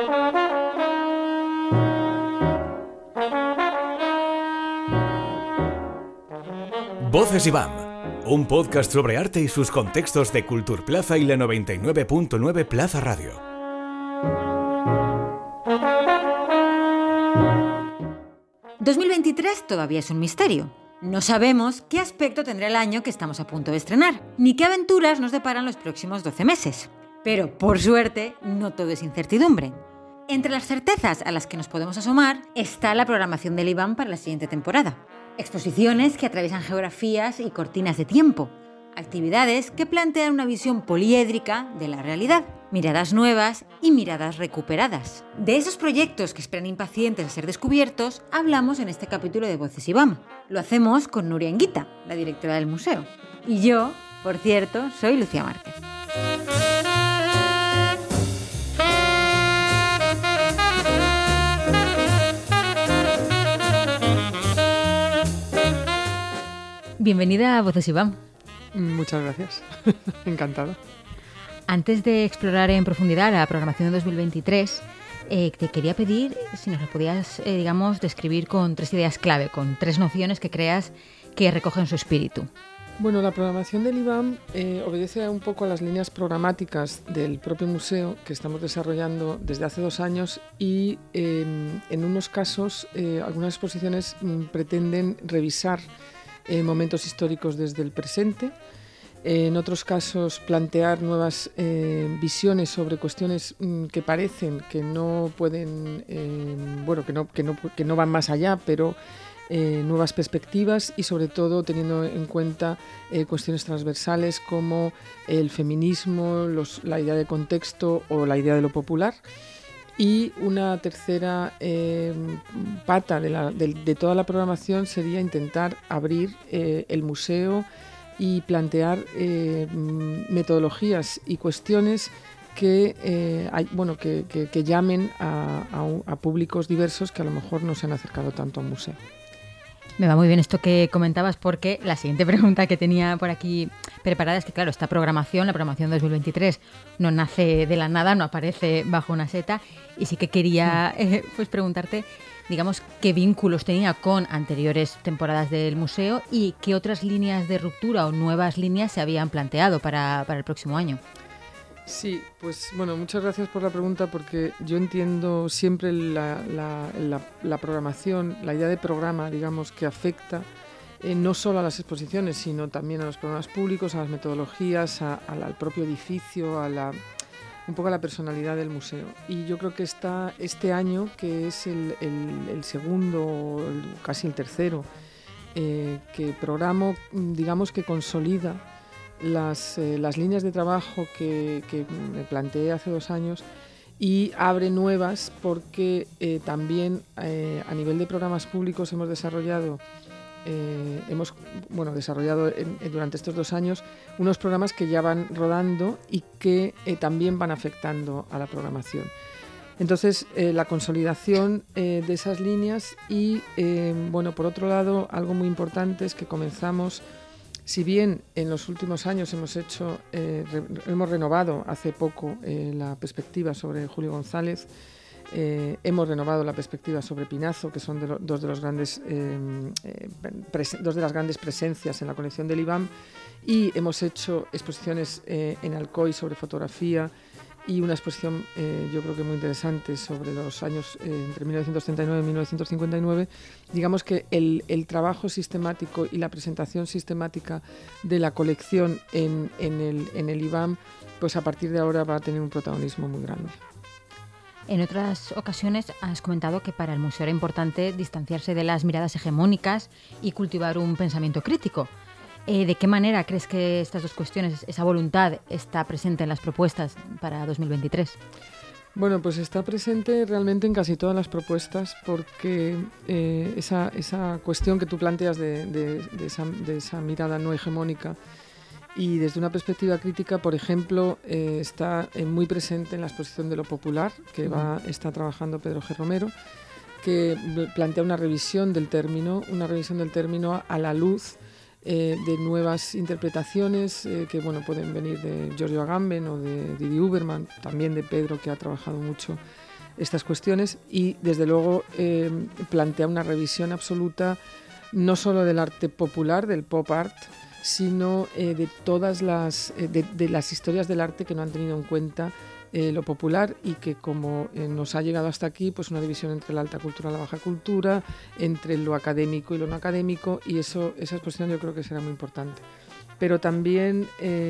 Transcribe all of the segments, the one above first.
Voces IBAM, un podcast sobre arte y sus contextos de Culturplaza y la 99.9 Plaza Radio. «2023 todavía es un misterio. No sabemos qué aspecto tendrá el año que estamos a punto de estrenar, ni qué aventuras nos deparan los próximos 12 meses. Pero, por suerte, no todo es incertidumbre. Entre las certezas a las que nos podemos asomar está la programación del IBAM para la siguiente temporada. Exposiciones que atraviesan geografías y cortinas de tiempo. Actividades que plantean una visión poliédrica de la realidad. Miradas nuevas y miradas recuperadas. De esos proyectos que esperan impacientes a ser descubiertos, hablamos en este capítulo de Voces IBAM. Lo hacemos con Nuria Anguita, la directora del museo. Y yo, por cierto, soy Lucía Márquez. Bienvenida a Voces IBAM. Muchas gracias. Encantada. Antes de explorar en profundidad la programación de 2023, te quería pedir si nos lo podías, describir con 3 ideas clave, con 3 nociones que creas que recogen su espíritu. Bueno, la programación del IBAM obedece un poco a las líneas programáticas del propio museo que estamos desarrollando desde hace 2 años y en unos casos algunas exposiciones pretenden revisar momentos históricos desde el presente. En otros casos plantear nuevas visiones sobre cuestiones que parecen que no pueden, que no van más allá, pero nuevas perspectivas y sobre todo teniendo en cuenta cuestiones transversales como el feminismo, la idea de contexto o la idea de lo popular. Y una tercera pata de toda la programación sería intentar abrir el museo y plantear metodologías y cuestiones que llamen a públicos diversos que a lo mejor no se han acercado tanto a un museo. Me va muy bien esto que comentabas porque la siguiente pregunta que tenía por aquí preparada es que, claro, esta programación, la programación 2023, no nace de la nada, no aparece bajo una seta y sí que quería preguntarte, digamos, qué vínculos tenía con anteriores temporadas del museo y qué otras líneas de ruptura o nuevas líneas se habían planteado para el próximo año. Sí, pues bueno, muchas gracias por la pregunta porque yo entiendo siempre la programación, la idea de programa, digamos, que afecta no solo a las exposiciones, sino también a los programas públicos, a las metodologías, al propio edificio, un poco a la personalidad del museo. Y yo creo que este año, que es el segundo, casi el tercero, que programo, digamos que consolida las líneas de trabajo que me planteé hace 2 años y abre nuevas porque también a nivel de programas públicos hemos desarrollado durante estos 2 años unos programas que ya van rodando y que también van afectando a la programación. Entonces, la consolidación de esas líneas y, por otro lado, algo muy importante es que comenzamos. Si bien en los últimos años hemos renovado hace poco la perspectiva sobre Julio González, hemos renovado la perspectiva sobre Pinazo, que son dos de las grandes presencias en la colección del IBAM, y hemos hecho exposiciones en Alcoy sobre fotografía y una exposición yo creo que muy interesante sobre los años entre 1939 y 1959. Digamos que el trabajo sistemático y la presentación sistemática de la colección en el IBAM, pues a partir de ahora va a tener un protagonismo muy grande. En otras ocasiones has comentado que para el museo era importante distanciarse de las miradas hegemónicas y cultivar un pensamiento crítico. ¿De qué manera crees que estas 2 cuestiones, esa voluntad, está presente en las propuestas para 2023? Bueno, pues está presente realmente en casi todas las propuestas porque esa cuestión que tú planteas de esa mirada no hegemónica y desde una perspectiva crítica, por ejemplo, está muy presente en la exposición de lo popular que está trabajando Pedro G. Romero, que plantea una revisión del término a la luz de nuevas interpretaciones que pueden venir de Giorgio Agamben o de Didi Huberman, también de Pedro, que ha trabajado mucho estas cuestiones y desde luego plantea una revisión absoluta no solo del arte popular, del pop art, sino de todas las historias del arte que no han tenido en cuenta lo popular y que como nos ha llegado hasta aquí, pues una división entre la alta cultura y la baja cultura, entre lo académico y lo no académico, y esa exposición yo creo que será muy importante. Pero también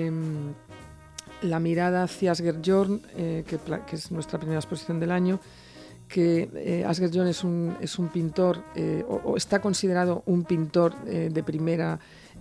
la mirada hacia Asger-Jorn, que es nuestra primera exposición del año, que Asger-Jorn es un pintor, o está considerado un pintor de primera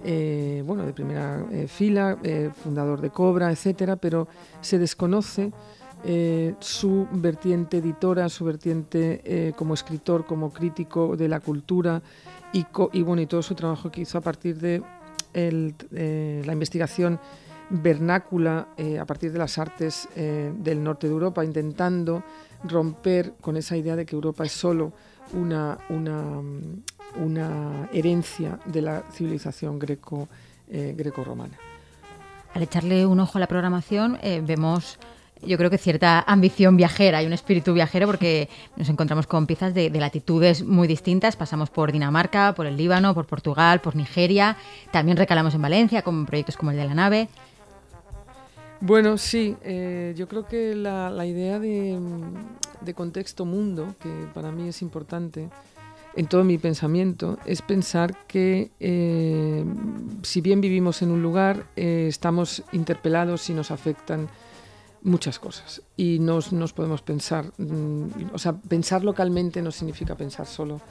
fila, fundador de Cobra, etcétera, pero se desconoce su vertiente editora, su vertiente como escritor, como crítico de la cultura y todo su trabajo que hizo a partir de la investigación vernácula a partir de las artes del norte de Europa, intentando romper con esa idea de que Europa es solo una herencia de la civilización greco-romana. Al echarle un ojo a la programación vemos, yo creo que cierta ambición viajera y un espíritu viajero, porque nos encontramos con piezas de latitudes muy distintas. Pasamos por Dinamarca, por el Líbano, por Portugal, por Nigeria. También recalamos en Valencia con proyectos como el de la nave. Bueno, sí, yo creo que la idea de contexto mundo, que para mí es importante en todo mi pensamiento, es pensar que si bien vivimos en un lugar, estamos interpelados y nos afectan muchas cosas y nos podemos pensar, pensar localmente no significa pensar solo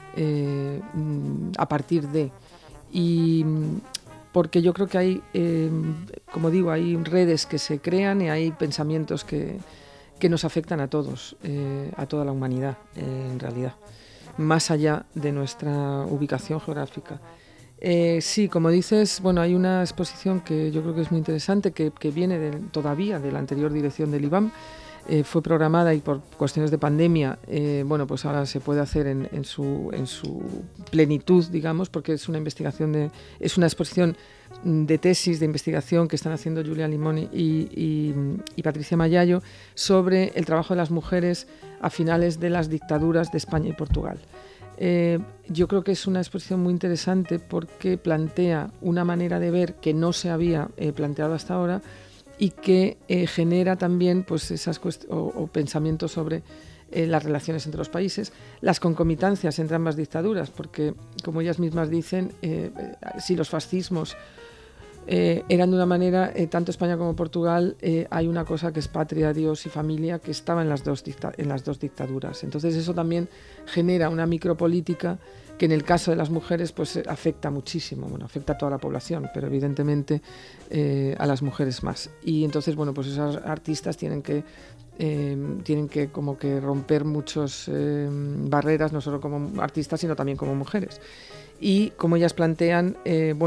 a partir de, y porque yo creo que hay, como digo, hay redes que se crean y hay pensamientos que nos afectan a todos, a toda la humanidad en realidad, más allá de nuestra ubicación geográfica. Sí, como dices, bueno, hay una exposición que yo creo que es muy interesante, que viene todavía de la anterior dirección del IBAM, fue programada y por cuestiones de pandemia, pues ahora se puede hacer en su plenitud, digamos, porque es una exposición de tesis de investigación que están haciendo Julia Limoni y Patricia Mayayo sobre el trabajo de las mujeres a finales de las dictaduras de España y Portugal. Yo creo que es una exposición muy interesante porque plantea una manera de ver que no se había planteado hasta ahora y que genera también pues, esas pensamientos sobre las relaciones entre los países, las concomitancias entre ambas dictaduras, porque como ellas mismas dicen, si los fascismos eran de una manera, tanto España como Portugal, hay una cosa que es patria, Dios y familia, que estaba en las dos dictaduras. Entonces eso también genera una micropolítica que en el caso de las mujeres pues afecta muchísimo, afecta a toda la población, pero evidentemente a las mujeres más. Y entonces, pues esos artistas tienen que como que romper muchas barreras, no solo como artistas, sino también como mujeres. Y como ellas plantean,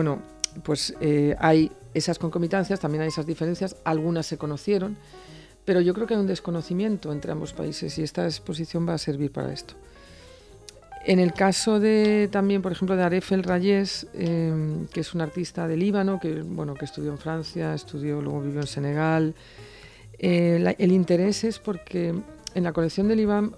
hay esas concomitancias, también hay esas diferencias, algunas se conocieron, pero yo creo que hay un desconocimiento entre ambos países y esta exposición va a servir para esto. En el caso también, por ejemplo, de Aref El Rayes, que es un artista de Líbano, que estudió en Francia, luego vivió en Senegal. El interés es porque en la colección del IBAM,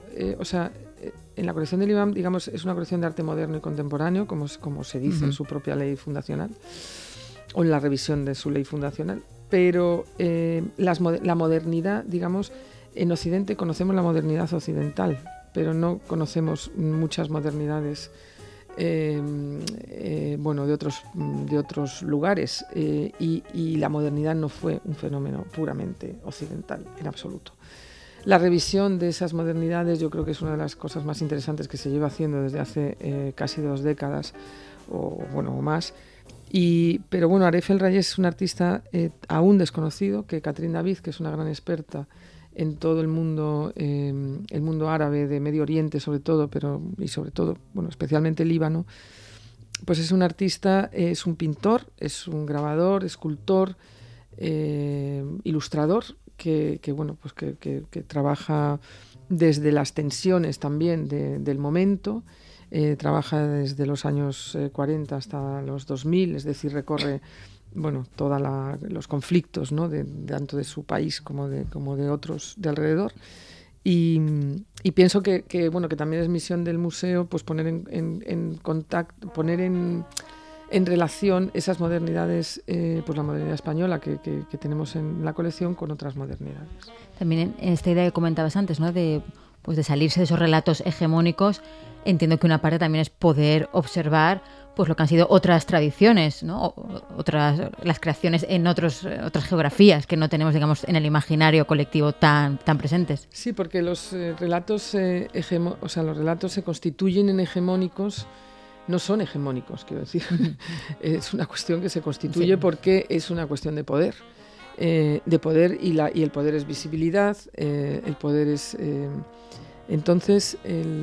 digamos, es una colección de arte moderno y contemporáneo, como se dice en su propia ley fundacional, o en la revisión de su ley fundacional, pero la modernidad, digamos, en Occidente conocemos la modernidad occidental, pero no conocemos muchas modernidades de otros lugares, y la modernidad no fue un fenómeno puramente occidental en absoluto. La revisión de esas modernidades yo creo que es una de las cosas más interesantes que se lleva haciendo desde hace casi 2 décadas o más. Pero Aref El Rayes es un artista aún desconocido, que Catherine David, que es una gran experta en todo el mundo árabe, de Medio Oriente sobre todo, especialmente Líbano, pues es un artista, es un pintor, es un grabador, escultor, ilustrador, que trabaja desde las tensiones también del momento, trabaja desde los años 40 hasta los 2000, es decir, recorre todos los conflictos, ¿no? Tanto de su país como de otros de alrededor, Y pienso que también es misión del museo pues poner en contacto, poner en relación esas modernidades, pues la modernidad española que tenemos en la colección con otras modernidades. También en esta idea que comentabas antes, ¿no? de salirse de esos relatos hegemónicos, entiendo que una parte también es poder observar pues lo que han sido otras tradiciones, ¿no? Las creaciones en otras geografías que no tenemos, digamos, en el imaginario colectivo tan presentes. Sí, porque los relatos los relatos se constituyen en hegemónicos. No son hegemónicos, quiero decir. Es una cuestión que se constituye porque es una cuestión de poder. Y el poder es visibilidad, el poder es... entonces,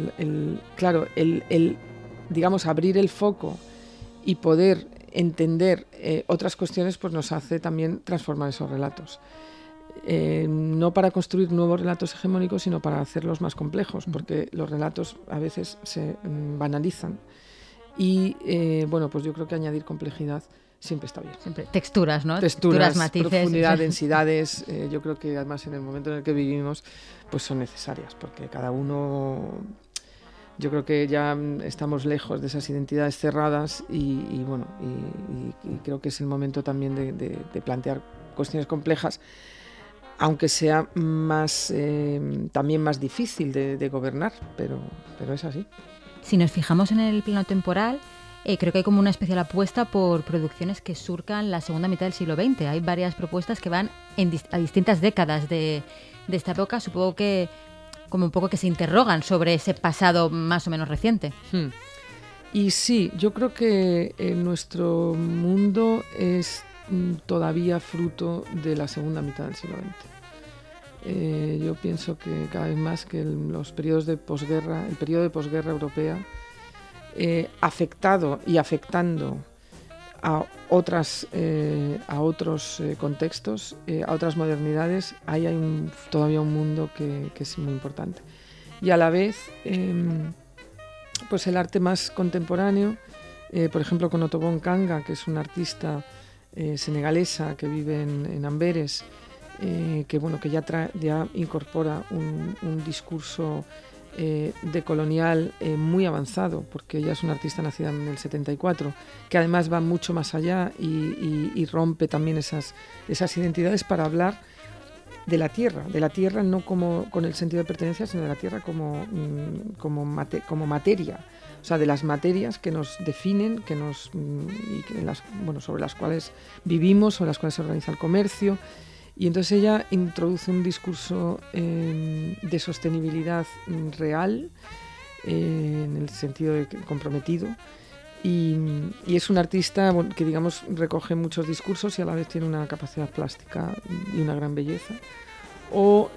digamos, abrir el foco y poder entender otras cuestiones, pues nos hace también transformar esos relatos. No para construir nuevos relatos hegemónicos, sino para hacerlos más complejos, porque los relatos a veces se banalizan. Y pues yo creo que añadir complejidad siempre está bien. Siempre. Texturas, ¿no? Texturas, matices, profundidad, densidades. Yo creo que además en el momento en el que vivimos pues son necesarias, porque cada uno... Yo creo que ya estamos lejos de esas identidades cerradas y creo que es el momento también de plantear cuestiones complejas, aunque sea también más difícil de gobernar, pero es así. Si nos fijamos en el plano temporal, creo que hay como una especial apuesta por producciones que surcan la segunda mitad del siglo XX. Hay varias propuestas que van a distintas décadas de esta época, supongo que como un poco que se interrogan sobre ese pasado más o menos reciente. Y sí, yo creo que nuestro mundo es todavía fruto de la segunda mitad del siglo XX. Yo pienso que cada vez más que los periodos de posguerra, el periodo de posguerra europea, afectado y afectando a otros contextos, a otras modernidades, hay todavía un mundo que es muy importante. Y a la vez, pues el arte más contemporáneo, por ejemplo con Ottobon Kanga, que es una artista senegalesa que vive en Amberes, que ya incorpora un discurso decolonial muy avanzado, porque ella es una artista nacida en el 74, que además va mucho más allá y rompe también esas identidades para hablar de la tierra no como con el sentido de pertenencia, sino de la tierra como materia, o sea, de las materias que nos definen, sobre las cuales vivimos, sobre las cuales se organiza el comercio. Y entonces ella introduce un discurso de sostenibilidad real, en el sentido de comprometido, y es un artista que, digamos, recoge muchos discursos y a la vez tiene una capacidad plástica y una gran belleza. O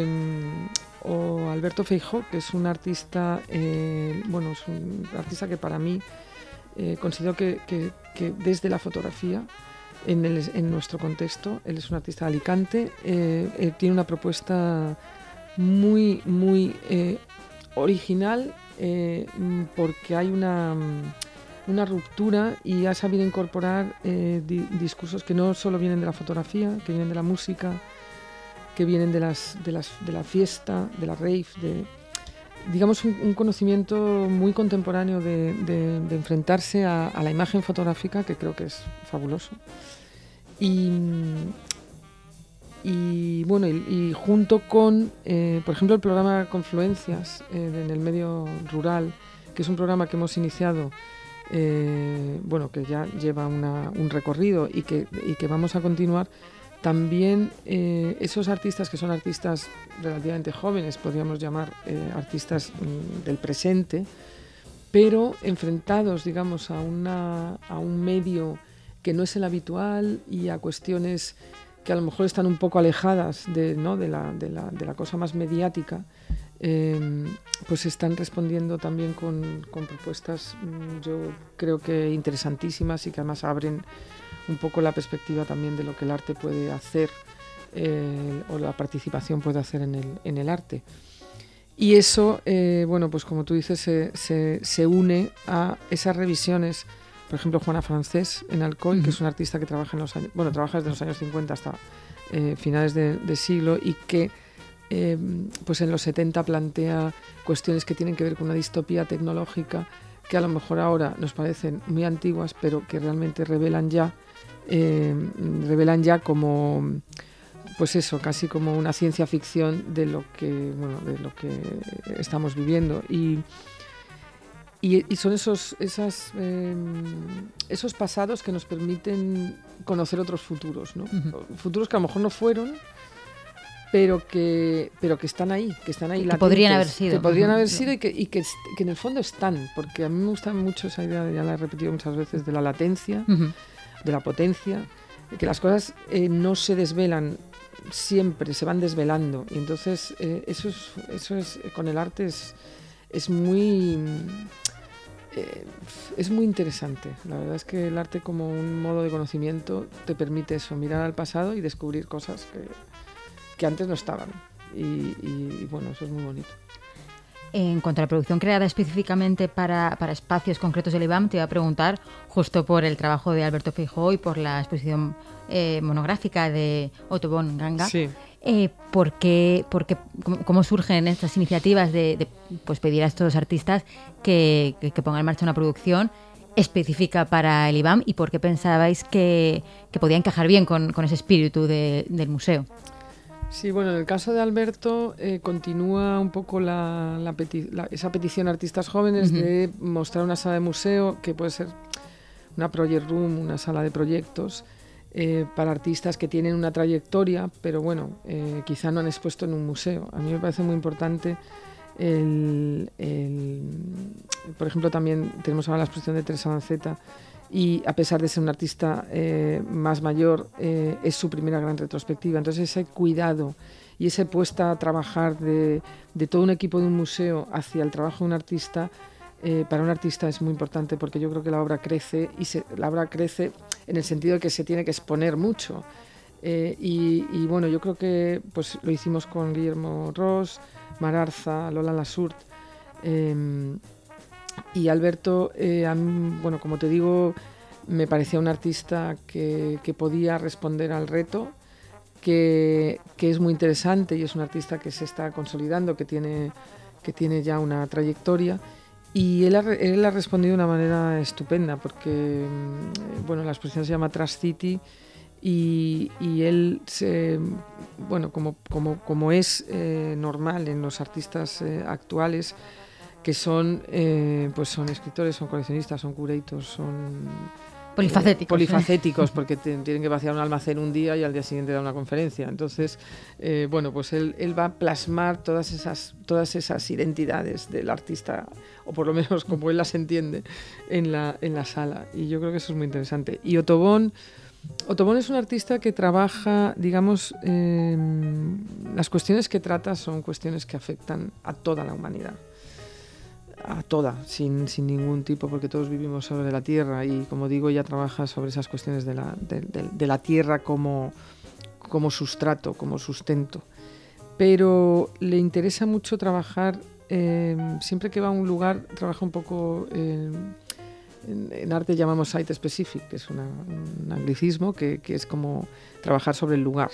Alberto Feijó, que es un artista, es un artista que para mí considero que desde la fotografía, en nuestro contexto, él es un artista de Alicante, tiene una propuesta muy, muy original, porque hay una ruptura y ha sabido incorporar discursos que no solo vienen de la fotografía, que vienen de la música, que vienen de la fiesta, de la rave, digamos un conocimiento muy contemporáneo de enfrentarse a la imagen fotográfica, que creo que es fabuloso. Y junto con, por ejemplo, el programa Confluencias en el medio rural, que es un programa que hemos iniciado, que ya lleva un recorrido y que vamos a continuar. También esos artistas que son artistas relativamente jóvenes, podríamos llamar artistas del presente, pero enfrentados, digamos, a un medio que no es el habitual y a cuestiones que a lo mejor están un poco alejadas de la cosa más mediática, pues están respondiendo también con propuestas, yo creo que interesantísimas, y que además abren un poco la perspectiva también de lo que el arte puede hacer, o la participación puede hacer en el arte. Y eso, pues como tú dices, se une a esas revisiones. Por ejemplo, Juana Francés en Alcoy, que es una artista que trabaja trabaja desde los años 50 hasta finales de siglo, y que pues en los 70 plantea cuestiones que tienen que ver con una distopía tecnológica que a lo mejor ahora nos parecen muy antiguas, pero que realmente revelan ya como, pues eso, casi como una ciencia ficción de lo que estamos viviendo. Y son esos pasados que nos permiten conocer otros futuros, ¿no? Uh-huh. Futuros que a lo mejor no fueron, pero que están ahí, latentes, que podrían haber sido. Que podrían haber sido y que en el fondo están, porque a mí me gusta mucho esa idea, ya la he repetido muchas veces, de la latencia, uh-huh, de la potencia, de que las cosas no se desvelan siempre, se van desvelando. Y entonces eso es con el arte es muy interesante. La verdad es que el arte como un modo de conocimiento te permite eso, mirar al pasado y descubrir cosas que antes no estaban. Y bueno, eso es muy bonito. En cuanto a la producción creada específicamente para espacios concretos del IBAM, te iba a preguntar, justo por el trabajo de Alberto Feijóo y por la exposición monográfica de Ottobon Ganga, sí. ¿Cómo surgen estas iniciativas de pues pedir a estos artistas que pongan en marcha una producción específica para el IBAM, y por qué pensabais que podía encajar bien con ese espíritu del museo? Sí, bueno, en el caso de Alberto continúa un poco esa petición a artistas jóvenes, uh-huh, de mostrar una sala de museo que puede ser una project room, una sala de proyectos para artistas que tienen una trayectoria, pero bueno, quizá no han expuesto en un museo. A mí me parece muy importante por ejemplo, también tenemos ahora la exposición de Teresa Lanceta, y a pesar de ser un artista más mayor, es su primera gran retrospectiva. Entonces ese cuidado y esa puesta a trabajar de todo un equipo de un museo hacia el trabajo de un artista, para un artista es muy importante, porque yo creo que la obra crece, la obra crece en el sentido de que se tiene que exponer mucho. Y bueno, yo creo que pues lo hicimos con Guillermo Ros, Mararza, Lola Lasurt, y Alberto, bueno, como te digo, me parecía un artista que podía responder al reto, que es muy interesante, y es un artista que se está consolidando, que tiene ya una trayectoria, y él ha respondido de una manera estupenda, porque bueno, la exposición se llama Trash City, y él bueno, como es normal en los artistas actuales, que son escritores, son coleccionistas, son curators, son polifacéticos, porque tienen que vaciar un almacén un día y al día siguiente dar una conferencia. Entonces, bueno, pues él va a plasmar todas esas identidades del artista, o por lo menos como él las entiende, en la sala. Y yo creo que eso es muy interesante. Y Ottobon es un artista que trabaja, digamos, las cuestiones que trata son cuestiones que afectan a toda la humanidad. A toda, sin ningún tipo, porque todos vivimos sobre la tierra, y como digo, ella trabaja sobre esas cuestiones de la tierra como sustrato, como sustento. Pero le interesa mucho trabajar, siempre que va a un lugar, trabaja un poco, en arte llamamos site specific, que es un anglicismo, que es como trabajar sobre el lugar.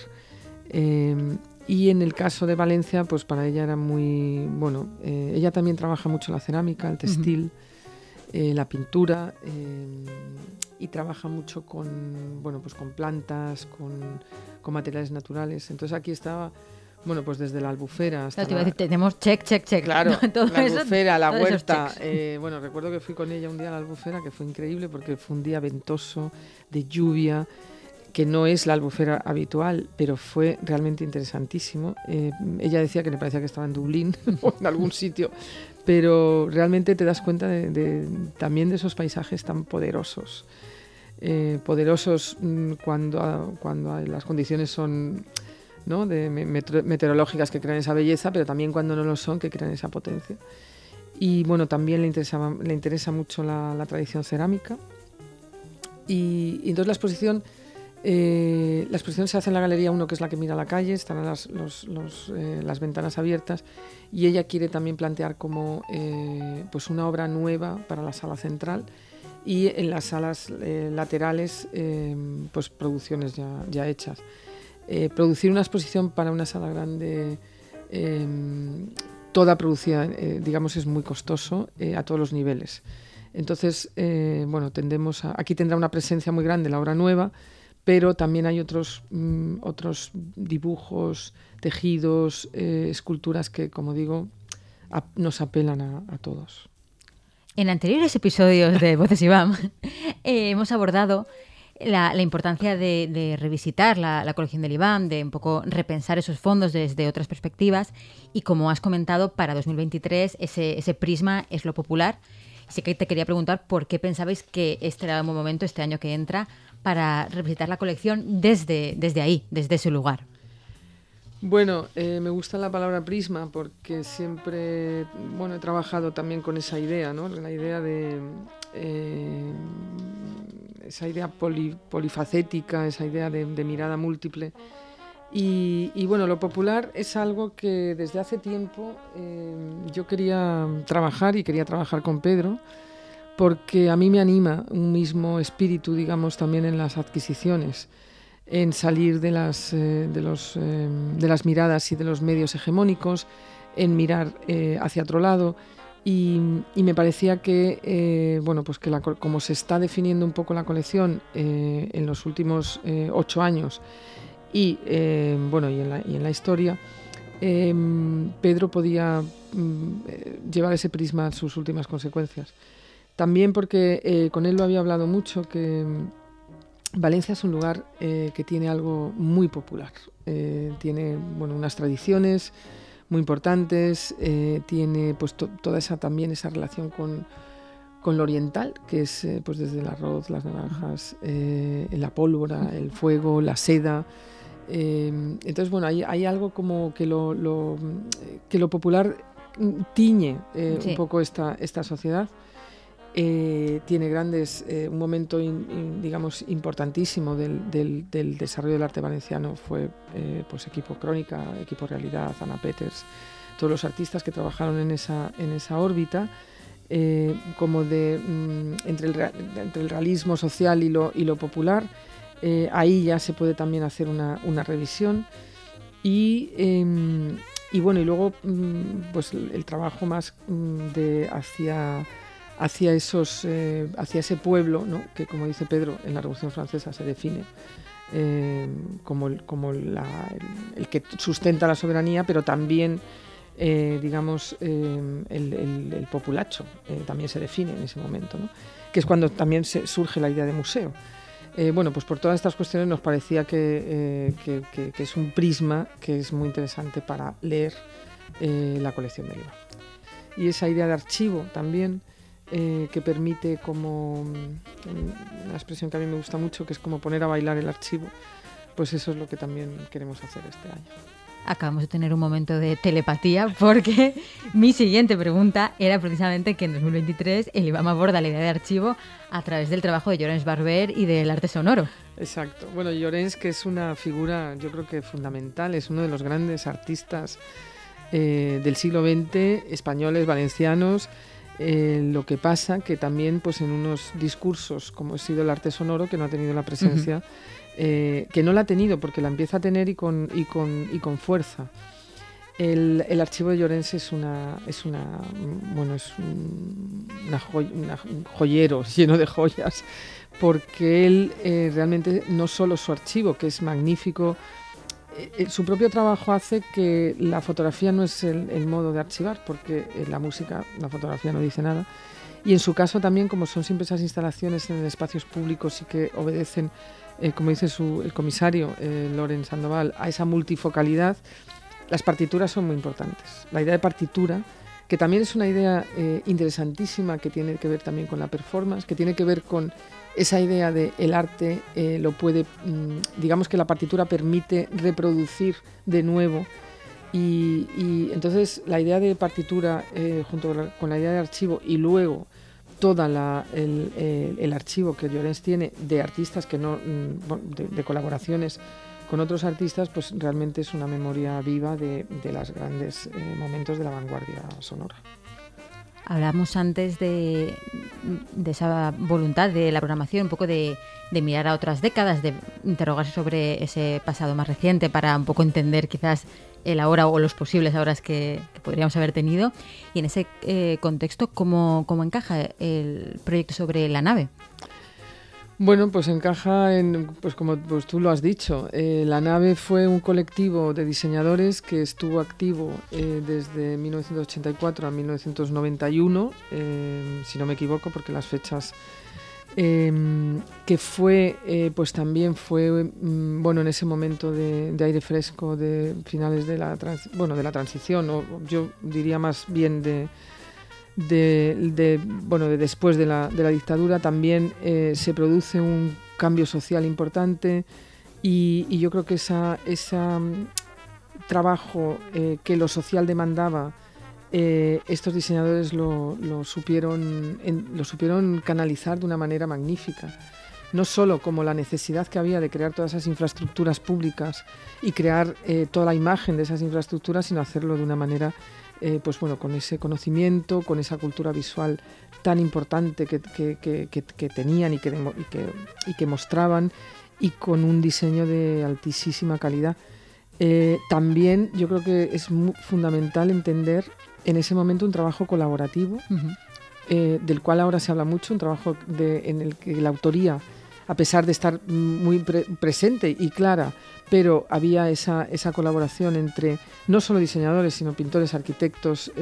Y en el caso de Valencia, pues para ella era muy... Bueno, ella también trabaja mucho la cerámica, el textil, uh-huh, la pintura, y trabaja mucho con plantas, con materiales naturales. Entonces aquí estaba, bueno, pues desde la albufera hasta... Te iba a decir, tenemos check. Claro, todo la eso, albufera, la huerta. Bueno, recuerdo que fui con ella un día a la albufera, que fue increíble, porque fue un día ventoso, de lluvia, que no es la albufera habitual, pero fue realmente interesantísimo. Ella decía que le parecía que estaba en Dublín o en algún sitio, pero realmente te das cuenta también de esos paisajes tan poderosos. Poderosos cuando las condiciones son, ¿no?, meteorológicas, que crean esa belleza, pero también cuando no lo son, que crean esa potencia. Y bueno, también le interesa mucho la tradición cerámica. Y entonces la exposición se hace en la Galería 1, que es la que mira a la calle, están las ventanas abiertas, y ella quiere también plantear como pues una obra nueva para la sala central, y en las salas laterales pues producciones ya hechas. Producir una exposición para una sala grande toda producida, digamos, es muy costoso a todos los niveles. Entonces, bueno, aquí tendrá una presencia muy grande la obra nueva, pero también hay otros dibujos, tejidos, esculturas que, como digo, nos apelan a todos. En anteriores episodios de Voces IBAM hemos abordado la importancia de revisitar la colección del IBAM, de un poco repensar esos fondos desde otras perspectivas, y como has comentado, para 2023 ese prisma es lo popular. Así que te quería preguntar por qué pensabais que este era un buen momento, este año que entra, para revisitar la colección desde ahí, desde ese lugar. Bueno, me gusta la palabra prisma porque siempre, bueno, he trabajado también con esa idea, ¿no? La idea de esa idea polifacética, esa idea de mirada múltiple. Y bueno, lo popular es algo que desde hace tiempo yo quería trabajar y quería trabajar con Pedro, porque a mí me anima un mismo espíritu, digamos, también en las adquisiciones, en salir de las miradas y de los medios hegemónicos, en mirar hacia otro lado. Y me parecía que, bueno, pues que como se está definiendo un poco la colección en los últimos 8 años y en la historia, Pedro podía llevar ese prisma a sus últimas consecuencias. También porque con él lo había hablado mucho, que Valencia es un lugar que tiene algo muy popular. Tiene, bueno, unas tradiciones muy importantes, tiene pues toda esa relación con lo oriental, que es pues desde el arroz, las naranjas, la pólvora, el fuego, la seda. Entonces, bueno, hay algo como que lo popular tiñe un poco esta sociedad. Tiene un momento digamos importantísimo del desarrollo del arte valenciano fue pues Equipo Crónica, Equipo Realidad, Ana Peters, todos los artistas que trabajaron en esa órbita, como entre el realismo social y lo popular. Ahí ya se puede también hacer una revisión y bueno, y luego pues el trabajo más hacia ese pueblo, ¿no? Que, como dice Pedro, en la Revolución Francesa se define como el que sustenta la soberanía, pero también digamos el populacho también se define en ese momento, ¿no? Que es cuando también surge la idea de museo. Bueno, pues por todas estas cuestiones nos parecía que es un prisma que es muy interesante para leer la colección de IBAM. Y esa idea de archivo también, que permite, como una expresión que a mí me gusta mucho, que es como poner a bailar el archivo, pues eso es lo que también queremos hacer este año. Acabamos de tener un momento de telepatía, porque mi siguiente pregunta era precisamente que en 2023 el IBAM aborda la idea de archivo a través del trabajo de Llorens Barber y del arte sonoro. Exacto. Bueno, Llorens, que es una figura, yo creo que fundamental, es uno de los grandes artistas del siglo XX, españoles, valencianos. Lo que pasa que también pues en unos discursos como ha sido el arte sonoro, que no ha tenido la presencia, que no la ha tenido porque la empieza a tener y con fuerza. El archivo de Llorens es un joyero lleno de joyas, porque él realmente no solo su archivo, que es magnífico, su propio trabajo hace que la fotografía no es el modo de archivar, porque la fotografía no dice nada. Y en su caso también, como son siempre esas instalaciones en espacios públicos y que obedecen, como dice el comisario Loren Sandoval, a esa multifocalidad, las partituras son muy importantes. La idea de partitura, que también es una idea interesantísima, que tiene que ver también con la performance, que tiene que ver con esa idea de el arte lo puede, digamos que la partitura permite reproducir de nuevo, y entonces la idea de partitura junto con la idea de archivo, y luego toda el archivo que Llorens tiene de artistas que no de colaboraciones con otros artistas, pues realmente es una memoria viva de los grandes momentos de la vanguardia sonora. Hablamos antes de esa voluntad de la programación, un poco de mirar a otras décadas, de interrogarse sobre ese pasado más reciente para un poco entender quizás el ahora o los posibles ahoras que podríamos haber tenido. Y en ese contexto, ¿cómo encaja el proyecto sobre la nave? Bueno, pues encaja pues como pues tú lo has dicho, la nave fue un colectivo de diseñadores que estuvo activo desde 1984 a 1991, si no me equivoco, porque las fechas que fue, pues también fue, bueno, en ese momento de aire fresco, de finales de la transición, o yo diría más bien de después de la dictadura, también se produce un cambio social importante y yo creo que ese trabajo que lo social demandaba, estos diseñadores lo supieron canalizar de una manera magnífica. No solo como la necesidad que había de crear todas esas infraestructuras públicas y crear toda la imagen de esas infraestructuras, sino hacerlo de una manera pues bueno, con ese conocimiento, con esa cultura visual tan importante que tenían y que mostraban, y con un diseño de altísima calidad. También yo creo que es fundamental entender en ese momento un trabajo colaborativo, del cual ahora se habla mucho, un trabajo en el que la autoría, a pesar de estar muy presente y clara, pero había esa colaboración entre no solo diseñadores, sino pintores, arquitectos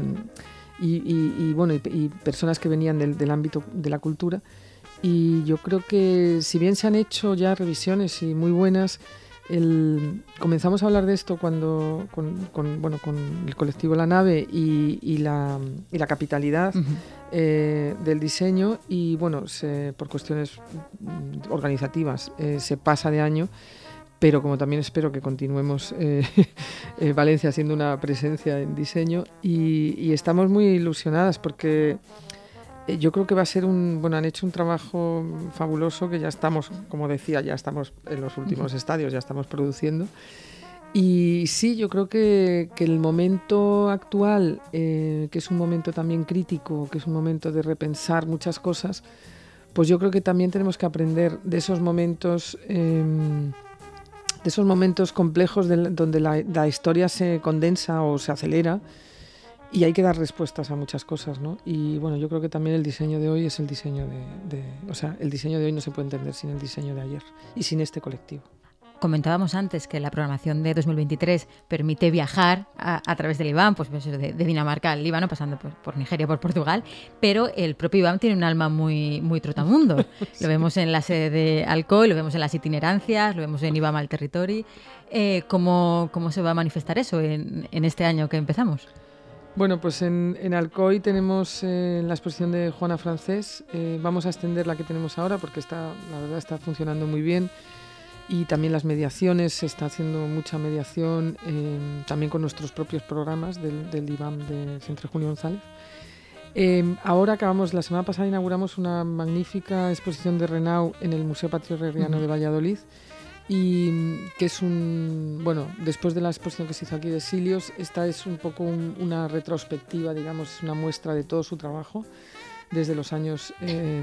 y personas que venían del ámbito de la cultura. Y yo creo que, si bien se han hecho ya revisiones y muy buenas, comenzamos a hablar de esto cuando con el colectivo La Nave y la capitalidad del diseño, y bueno, por cuestiones organizativas se pasa de año, pero como también espero que continuemos Valencia siendo una presencia en diseño, y estamos muy ilusionadas porque yo creo que va a ser han hecho un trabajo fabuloso, que ya estamos, como decía, ya estamos en los últimos estadios, ya estamos produciendo. Y sí, yo creo que el momento actual, que es un momento también crítico, que es un momento de repensar muchas cosas, pues yo creo que también tenemos que aprender de esos momentos complejos donde la historia se condensa o se acelera, y hay que dar respuestas a muchas cosas, ¿no? Y bueno, yo creo que también el diseño de hoy es el diseño el diseño de hoy no se puede entender sin el diseño de ayer y sin este colectivo. Comentábamos antes que la programación de 2023 permite viajar a través del IBAM, pues de Dinamarca al Líbano, pasando por Nigeria, por Portugal, pero el propio IBAM tiene un alma muy, muy trotamundo. Sí. Lo vemos en la sede de Alcoy, lo vemos en las itinerancias, lo vemos en IBAM al Territori. ¿Cómo se va a manifestar eso en este año que empezamos? Bueno, pues en Alcoy tenemos la exposición de Juana Francés. Vamos a extender la que tenemos ahora porque la verdad está funcionando muy bien. Y también las mediaciones, se está haciendo mucha mediación, también con nuestros propios programas del IBAM de Centro Junio González. Ahora la semana pasada inauguramos una magnífica exposición de Renau en el Museo Patrio Herreriano de Valladolid, y que es después de la exposición que se hizo aquí de Silios, esta es un poco una retrospectiva, digamos, es una muestra de todo su trabajo desde los años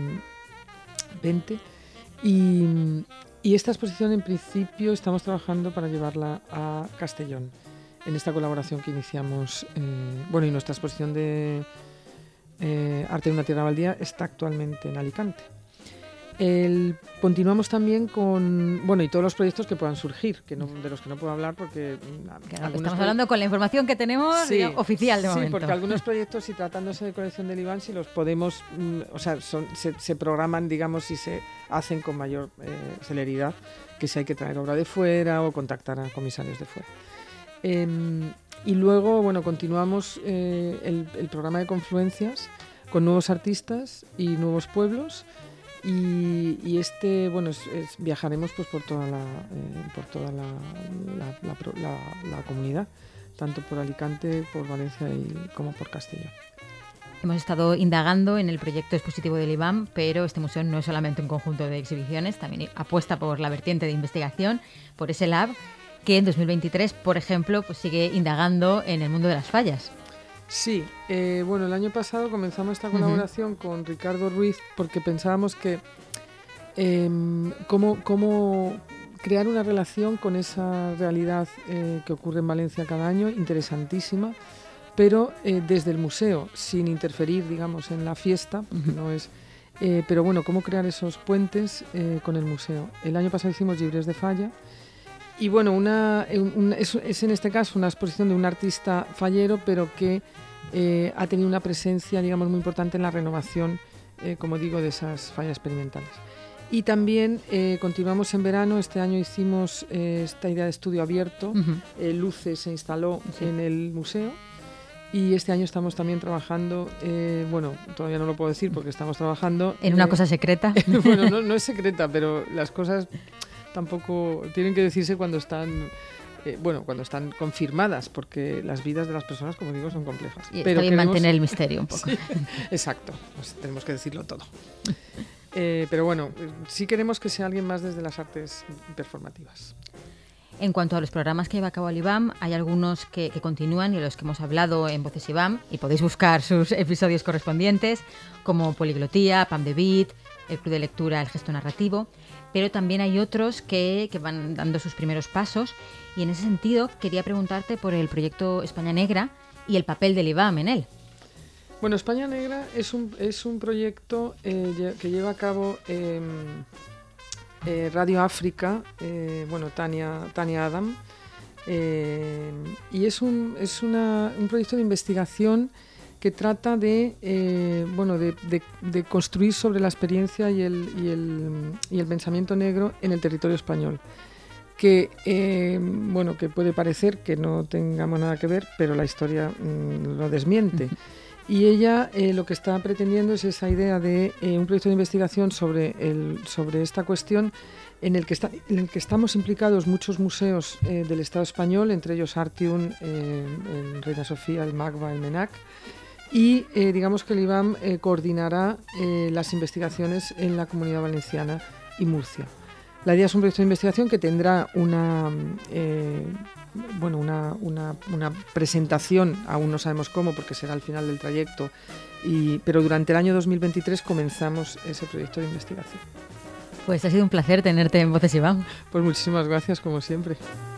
20. Y esta exposición, en principio, estamos trabajando para llevarla a Castellón, en esta colaboración que iniciamos. Y nuestra exposición de Arte de una tierra baldía está actualmente en Alicante. Continuamos también con y todos los proyectos que puedan surgir, de los que no puedo hablar porque estamos hablando con la información que tenemos oficial de momento. Sí, porque algunos proyectos, y tratándose de colección del IBAM, si los podemos, se programan, digamos, y se hacen con mayor celeridad, que si hay que traer obra de fuera o contactar a comisarios de fuera. Y luego, continuamos el programa de confluencias con nuevos artistas y nuevos pueblos. Y viajaremos pues por toda la comunidad, tanto por Alicante, por Valencia como por Castellón. Hemos estado indagando en el proyecto expositivo del IBAM, pero este museo no es solamente un conjunto de exhibiciones, también apuesta por la vertiente de investigación, por ese lab que en 2023, por ejemplo, pues sigue indagando en el mundo de las fallas. Sí, bueno, el año pasado comenzamos esta colaboración con Ricardo Ruiz porque pensábamos que cómo crear una relación con esa realidad que ocurre en Valencia cada año, interesantísima, pero desde el museo, sin interferir, digamos, en la fiesta, porque no es... pero bueno, cómo crear esos puentes con el museo. El año pasado hicimos Llibres de Falla, y bueno, es en este caso una exposición de un artista fallero, pero que ha tenido una presencia, digamos, muy importante en la renovación, como digo, de esas fallas experimentales. Y también continuamos en verano. Este año hicimos esta idea de estudio abierto. Luce se instaló en el museo. Y este año estamos también trabajando, bueno, todavía no lo puedo decir porque estamos trabajando... ¿En una cosa secreta? Bueno, no es secreta, pero las cosas tampoco tienen que decirse cuando están... cuando están confirmadas, porque las vidas de las personas, como digo, son complejas. Y pero queremos mantener el misterio un poco. Sí, exacto, pues tenemos que decirlo todo. Pero bueno, sí queremos que sea alguien más desde las artes performativas. En cuanto a los programas que lleva a cabo el IBAM, hay algunos que continúan y de los que hemos hablado en Voces IBAM, y podéis buscar sus episodios correspondientes, como Poliglotía, Pam de Beat, el Club de Lectura, El Gesto Narrativo, pero también hay otros que van dando sus primeros pasos, y en ese sentido quería preguntarte por el proyecto España Negra y el papel del IBAM en él. Bueno, España Negra es un proyecto que lleva a cabo Radio África, Tania Adam, y es un proyecto de investigación que trata de construir sobre la experiencia y el pensamiento negro en el territorio español. Que puede parecer que no tengamos nada que ver, pero la historia lo desmiente. Y ella lo que está pretendiendo es esa idea de un proyecto de investigación sobre esta cuestión en el que estamos implicados muchos museos del Estado español, entre ellos Artium, el Reina Sofía, el MACBA, el MENAC, y digamos que el IBAM coordinará las investigaciones en la Comunidad Valenciana y Murcia. La idea es un proyecto de investigación que tendrá una presentación, aún no sabemos cómo porque será al final del trayecto, pero durante el año 2023 comenzamos ese proyecto de investigación. Pues ha sido un placer tenerte en Voces IBAM. Pues muchísimas gracias, como siempre.